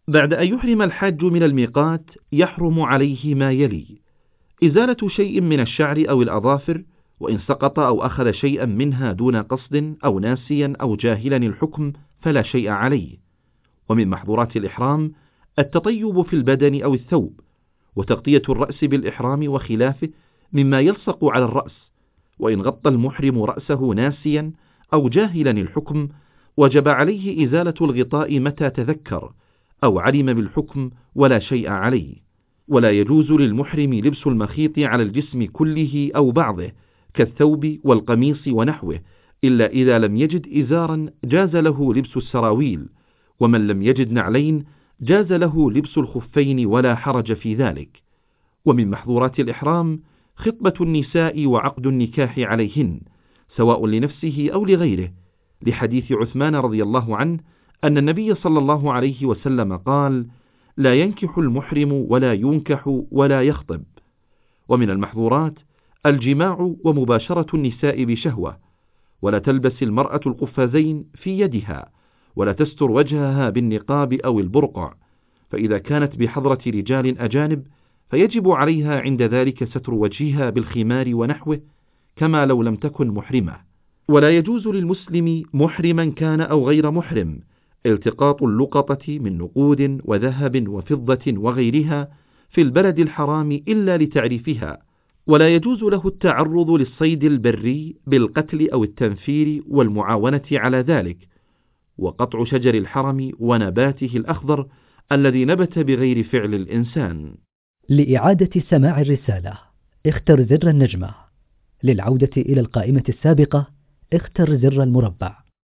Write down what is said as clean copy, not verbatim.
بعد أن يحرم الحاج من الميقات يحرم عليه ما يلي: إزالة شيء من الشعر أو الأظافر، وإن سقط أو أخذ شيئا منها دون قصد أو ناسيا أو جاهلا الحكم فلا شيء عليه. ومن محظورات الإحرام التطيب في البدن أو الثوب، وتغطية الرأس بالإحرام وخلافه مما يلصق على الرأس، وإن غطى المحرم رأسه ناسيا أو جاهلا الحكم وجب عليه إزالة الغطاء متى تذكر أو علم بالحكم ولا شيء عليه. ولا يجوز للمحرم لبس المخيط على الجسم كله أو بعضه كالثوب والقميص ونحوه، إلا إذا لم يجد إزارا جاز له لبس السراويل، ومن لم يجد نعلين جاز له لبس الخفين ولا حرج في ذلك. ومن محظورات الإحرام خطبة النساء وعقد النكاح عليهن سواء لنفسه أو لغيره، لحديث عثمان رضي الله عنه أن النبي صلى الله عليه وسلم قال: لا ينكح المحرم ولا ينكح ولا يخطب. ومن المحظورات الجماع ومباشرة النساء بشهوة، ولا تلبس المرأة القفازين في يدها، ولا تستر وجهها بالنقاب أو البرقع، فإذا كانت بحضرة رجال أجانب فيجب عليها عند ذلك ستر وجهها بالخمار ونحوه كما لو لم تكن محرمة. ولا يجوز للمسلم محرما كان أو غير محرم التقاط اللقطة من نقود وذهب وفضة وغيرها في البلد الحرام إلا لتعريفها، ولا يجوز له التعرض للصيد البري بالقتل أو التنفير والمعاونة على ذلك، وقطع شجر الحرم ونباته الأخضر الذي نبت بغير فعل الإنسان. لإعادة سماع الرسالة اختر زر النجمة. للعودة إلى القائمة السابقة اختر زر المربع.